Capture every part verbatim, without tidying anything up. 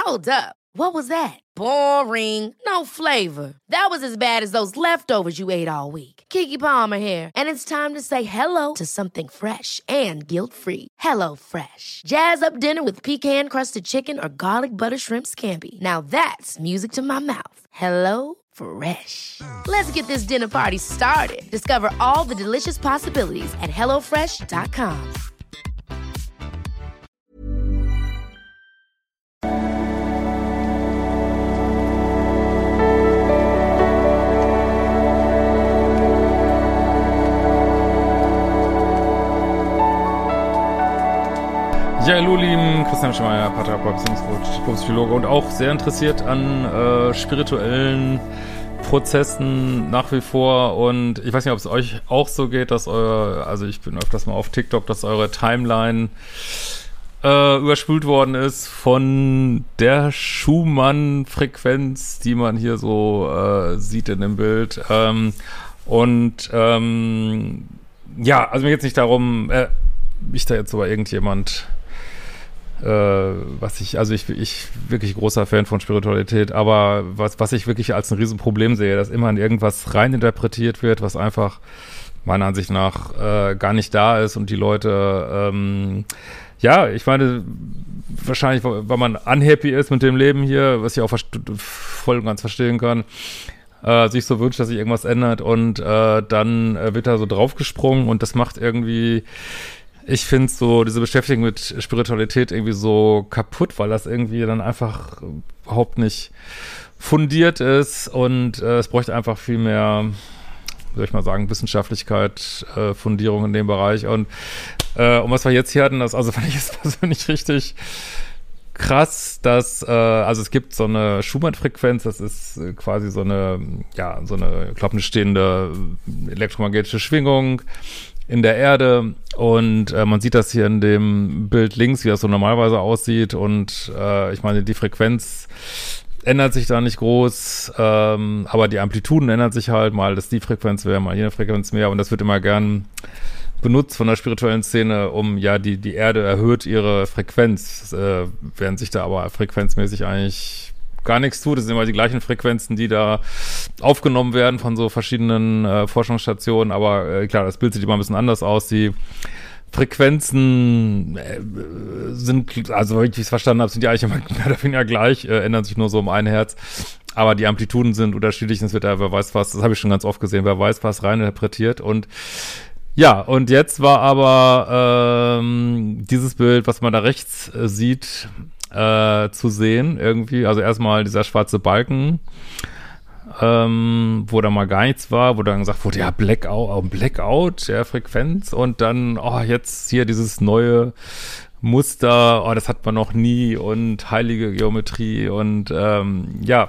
Hold up. What was that? Boring. No flavor. That was as bad as those leftovers you ate all week. Keke Palmer here. And it's time to say hello to something fresh and guilt-free. Hello Fresh. Jazz up dinner with pecan-crusted chicken or garlic butter shrimp scampi. Now that's music to my mouth. Hello Fresh. Let's get this dinner party started. Discover all the delicious possibilities at hello fresh dot com. Ja, hallo lieben, Christian Schemeier, Paartherapeut, Beziehungscoach, Psychologe und auch sehr interessiert an äh, spirituellen Prozessen nach wie vor. Und ich weiß nicht, ob es euch auch so geht, dass eure, also ich bin öfters mal auf TikTok, dass eure Timeline äh, überspült worden ist von der Schumann-Frequenz, die man hier so äh, sieht in dem Bild. Ähm, und ähm, ja, also mir geht es nicht darum, äh, mich da jetzt aber irgendjemand Äh, was ich, also ich, ich wirklich großer Fan von Spiritualität, aber was, was ich wirklich als ein Riesenproblem sehe, dass immer in irgendwas reininterpretiert wird, was einfach meiner Ansicht nach äh, gar nicht da ist und die Leute, ähm, ja, ich meine, wahrscheinlich, weil man unhappy ist mit dem Leben hier, was ich auch voll und ganz verstehen kann, äh, sich so wünscht, dass sich irgendwas ändert und äh, dann äh, wird da so draufgesprungen und das macht irgendwie, ich finde so diese Beschäftigung mit Spiritualität irgendwie so kaputt, weil das irgendwie dann einfach überhaupt nicht fundiert ist und äh, es bräuchte einfach viel mehr, wie soll ich mal sagen, Wissenschaftlichkeit, äh, Fundierung in dem Bereich und, äh, und was wir jetzt hier hatten, das also fand ich jetzt persönlich richtig krass, dass, äh, also es gibt so eine Schumann-Frequenz, das ist äh, quasi so eine, ja, so eine, ich glaube, eine stehende elektromagnetische Schwingung in der Erde und äh, man sieht das hier in dem Bild links, wie das so normalerweise aussieht und äh, ich meine, die Frequenz ändert sich da nicht groß, ähm, aber die Amplituden ändern sich halt, mal das die Frequenz mehr, mal jene Frequenz mehr und das wird immer gern benutzt von der spirituellen Szene, um, ja, die die Erde erhöht ihre Frequenz, äh, während sich da aber frequenzmäßig eigentlich gar nichts tut. Das sind immer die gleichen Frequenzen, die da aufgenommen werden von so verschiedenen äh, Forschungsstationen. Aber äh, klar, das Bild sieht immer ein bisschen anders aus. Die Frequenzen äh, sind, also wie ich es verstanden habe, sind die eigentlich immer mehr oder weniger gleich, äh, ändern sich nur so um ein Herz. Aber die Amplituden sind unterschiedlich. Es wird da, wer weiß was, das habe ich schon ganz oft gesehen, wer weiß was rein interpretiert. Und ja, und jetzt war aber ähm, dieses Bild, was man da rechts äh, sieht, Äh, zu sehen irgendwie, also erstmal dieser schwarze Balken, ähm, wo da mal gar nichts war, wo dann gesagt wurde, ja, Blackout, Blackout der Frequenz und dann, oh, jetzt hier dieses neue Muster, oh, das hat man noch nie und heilige Geometrie und ähm, ja,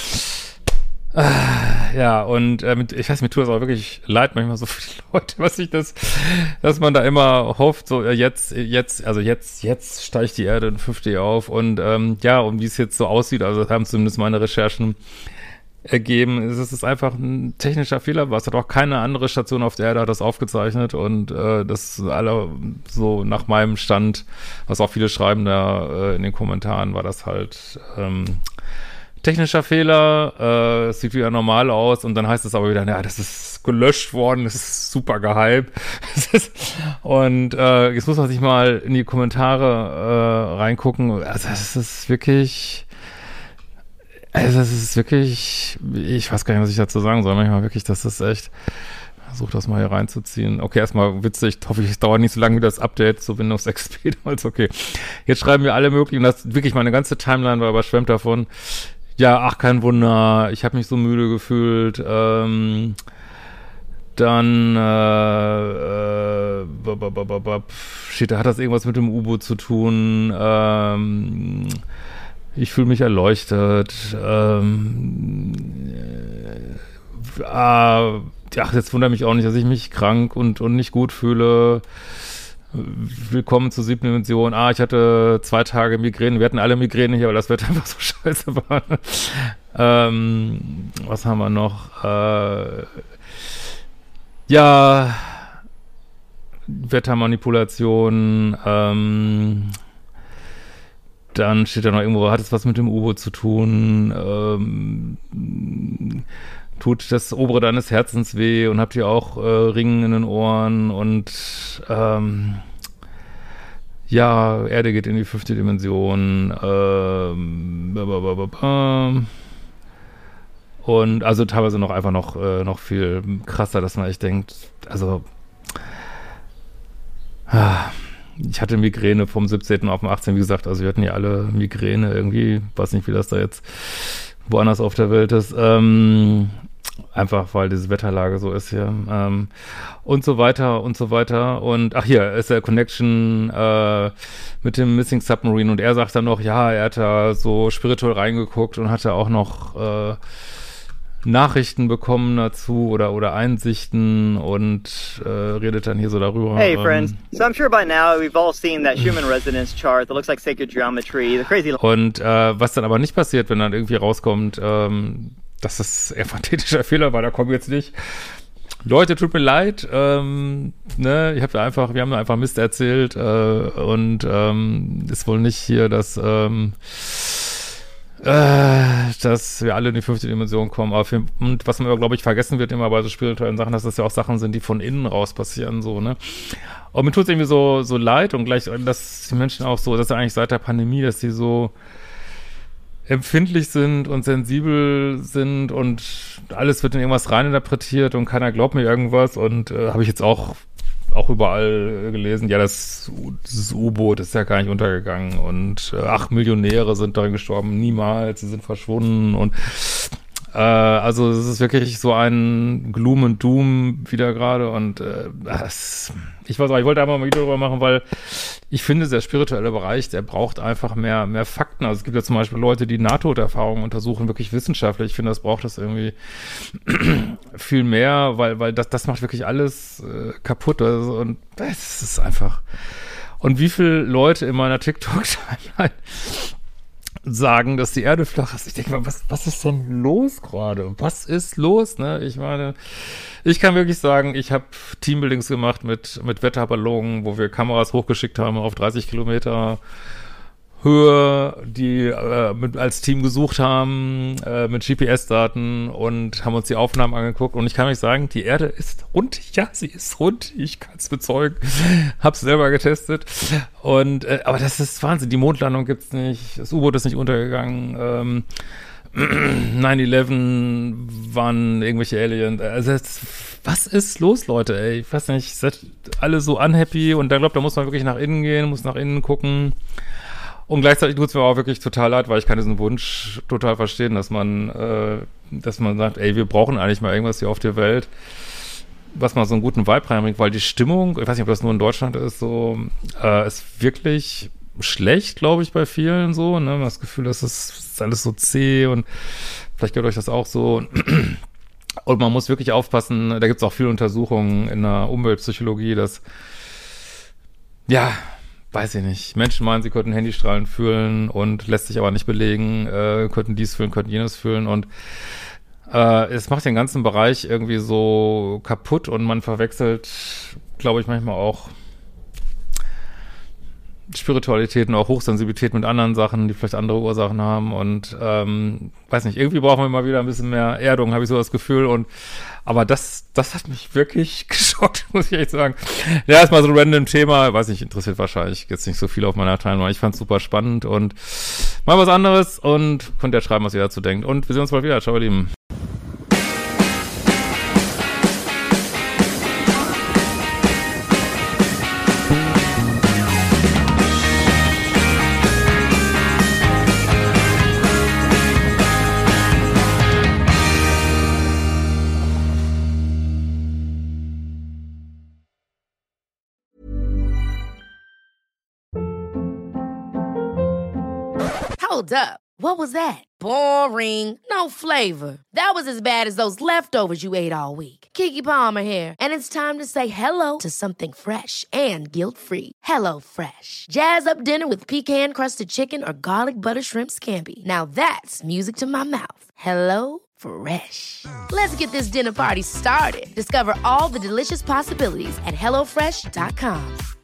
ja, und äh, mit, ich weiß, mir tut es auch wirklich leid manchmal so für die Leute, was ich das, dass man da immer hofft, so äh, jetzt, jetzt, also jetzt, jetzt steigt die Erde in fünf D auf und ähm, ja, und wie es jetzt so aussieht, also das haben zumindest meine Recherchen ergeben, ist es einfach ein technischer Fehler, was hat auch keine andere Station auf der Erde hat das aufgezeichnet und äh, das alle so nach meinem Stand, was auch viele schreiben da äh, in den Kommentaren, war das halt ähm, technischer Fehler, äh, es sieht wieder normal aus und dann heißt es aber wieder, ja, das ist gelöscht worden, das ist super gehypt. Und äh, jetzt muss man sich mal in die Kommentare äh, reingucken. Also es ist wirklich, also es ist wirklich, ich weiß gar nicht, was ich dazu sagen soll. Manchmal wirklich, das ist echt, versuche das mal hier reinzuziehen. Okay, erstmal witzig, hoffe ich, es dauert nicht so lange wie das Update zu Windows X P damals. Okay, jetzt schreiben wir alle möglichen, das wirklich, meine ganze Timeline war überschwemmt davon. Ja, ach, kein Wunder, ich habe mich so müde gefühlt. Ähm, dann, äh, äh, shit, hat das irgendwas mit dem U-Boot zu tun? Ähm, ich fühle mich erleuchtet. Ähm, äh, ah, ach, jetzt wundert mich auch nicht, dass ich mich krank und, und nicht gut fühle. Willkommen zur siebten Dimension. Ah, ich hatte zwei Tage Migräne. Wir hatten alle Migräne hier, weil das Wetter einfach so scheiße war. ähm, was haben wir noch? Äh, ja, Wettermanipulation. Ähm, dann steht da noch irgendwo, hat es was mit dem U-Boot zu tun? Ähm, tut das obere deines Herzens weh und habt ihr auch äh, Ringen in den Ohren und ähm, ja, Erde geht in die fünfte Dimension. Ähm, und also teilweise noch einfach noch, äh, noch viel krasser, dass man echt denkt, also ich hatte Migräne vom siebzehnten auf den achtzehnten Wie gesagt, also wir hatten ja alle Migräne irgendwie, weiß nicht, wie das da jetzt woanders auf der Welt ist, ähm, einfach weil diese Wetterlage so ist hier, ähm, und so weiter und so weiter und ach hier ist der Connection äh, mit dem Missing Submarine und er sagt dann noch, ja, er hat da so spirituell reingeguckt und hatte auch noch äh, Nachrichten bekommen dazu oder oder Einsichten und äh, redet dann hier so darüber. Hey ähm, friends, so I'm sure by now we've all seen that Schumann resonance chart that looks like sacred geometry, the crazy. Und äh, was dann aber nicht passiert, wenn dann irgendwie rauskommt, ähm, dass das eher ein pathetischer Fehler war, da kommen wir jetzt nicht. Leute, tut mir leid, ähm, ne, ich habe da einfach, wir haben da einfach Mist erzählt äh, und ähm, ist wohl nicht hier, dass ähm, Äh, dass wir alle in die fünfte Dimension kommen. Aber für, und was man aber, glaube ich, vergessen wird immer bei so spirituellen Sachen, dass das ja auch Sachen sind, die von innen raus passieren, so, ne? Und mir tut es irgendwie so, so leid und gleich, dass die Menschen auch so, dass eigentlich seit der Pandemie, dass die so empfindlich sind und sensibel sind und alles wird in irgendwas reininterpretiert und keiner glaubt mir irgendwas und äh, habe ich jetzt auch auch überall gelesen, ja, das, dieses U-Boot ist ja gar nicht untergegangen und äh, acht Millionäre sind darin gestorben, niemals, sie sind verschwunden und äh, also es ist wirklich so ein Gloom and Doom wieder gerade und äh, das, ich weiß auch, ich wollte einfach mal ein Video darüber machen, weil ich finde, der spirituelle Bereich, der braucht einfach mehr mehr Fakten. Also es gibt ja zum Beispiel Leute, die Nahtoderfahrungen untersuchen, wirklich wissenschaftlich. Ich finde, das braucht das irgendwie viel mehr, weil weil das das macht wirklich alles äh, kaputt. Also, und es ist einfach. Und wie viele Leute in meiner TikTok-Timeline sagen, dass die Erde flach ist. Ich denke mal, was, was ist denn los gerade? Was ist los, ne? Ich meine, ich kann wirklich sagen, ich habe Teambuildings gemacht mit, mit Wetterballonen, wo wir Kameras hochgeschickt haben auf dreißig Kilometer Höhe, die äh, mit, als Team gesucht haben, äh, mit G P S-Daten und haben uns die Aufnahmen angeguckt. Und ich kann euch sagen, die Erde ist rund. Ja, sie ist rund. Ich kann es bezeugen. Hab's selber getestet. Und äh, aber das ist Wahnsinn. Die Mondlandung gibt's nicht. Das U-Boot ist nicht untergegangen. Ähm, neun elf waren irgendwelche Aliens. Also das, was ist los, Leute? Ey, ich weiß nicht. Seid alle so unhappy. Und da glaubt, da muss man wirklich nach innen gehen, muss nach innen gucken. Und gleichzeitig tut es mir auch wirklich total leid, weil ich kann diesen Wunsch total verstehen, dass man, äh, dass man sagt, ey, wir brauchen eigentlich mal irgendwas hier auf der Welt, was mal so einen guten Vibe reinbringt, weil die Stimmung, ich weiß nicht, ob das nur in Deutschland ist, so, äh, ist wirklich schlecht, glaube ich, bei vielen so, ne, man hat das Gefühl, das ist, das ist alles so zäh und vielleicht geht euch das auch so. Und man muss wirklich aufpassen, da gibt es auch viele Untersuchungen in der Umweltpsychologie, dass, ja, weiß ich nicht, Menschen meinen, sie könnten Handystrahlen fühlen und lässt sich aber nicht belegen, äh, könnten dies fühlen, könnten jenes fühlen und äh, es macht den ganzen Bereich irgendwie so kaputt und man verwechselt, glaube ich, manchmal auch Spiritualität und auch Hochsensibilität mit anderen Sachen, die vielleicht andere Ursachen haben und ähm, weiß nicht, irgendwie brauchen wir mal wieder ein bisschen mehr Erdung, habe ich so das Gefühl und aber das, das hat mich wirklich geschockt, muss ich echt sagen. Ja, ist mal so ein random Thema, weiß nicht, interessiert wahrscheinlich jetzt nicht so viel auf meiner Timeline, ich fand's super spannend und mal was anderes und könnt ihr schreiben, was ihr dazu denkt und wir sehen uns bald wieder, ciao ihr Lieben. Hold up. What was that? Boring. No flavor. That was as bad as those leftovers you ate all week. Keke Palmer here, and it's time to say hello to something fresh and guilt-free. Hello Fresh. Jazz up dinner with pecan-crusted chicken or garlic butter shrimp scampi. Now that's music to my mouth. Hello Fresh. Let's get this dinner party started. Discover all the delicious possibilities at hello fresh dot com.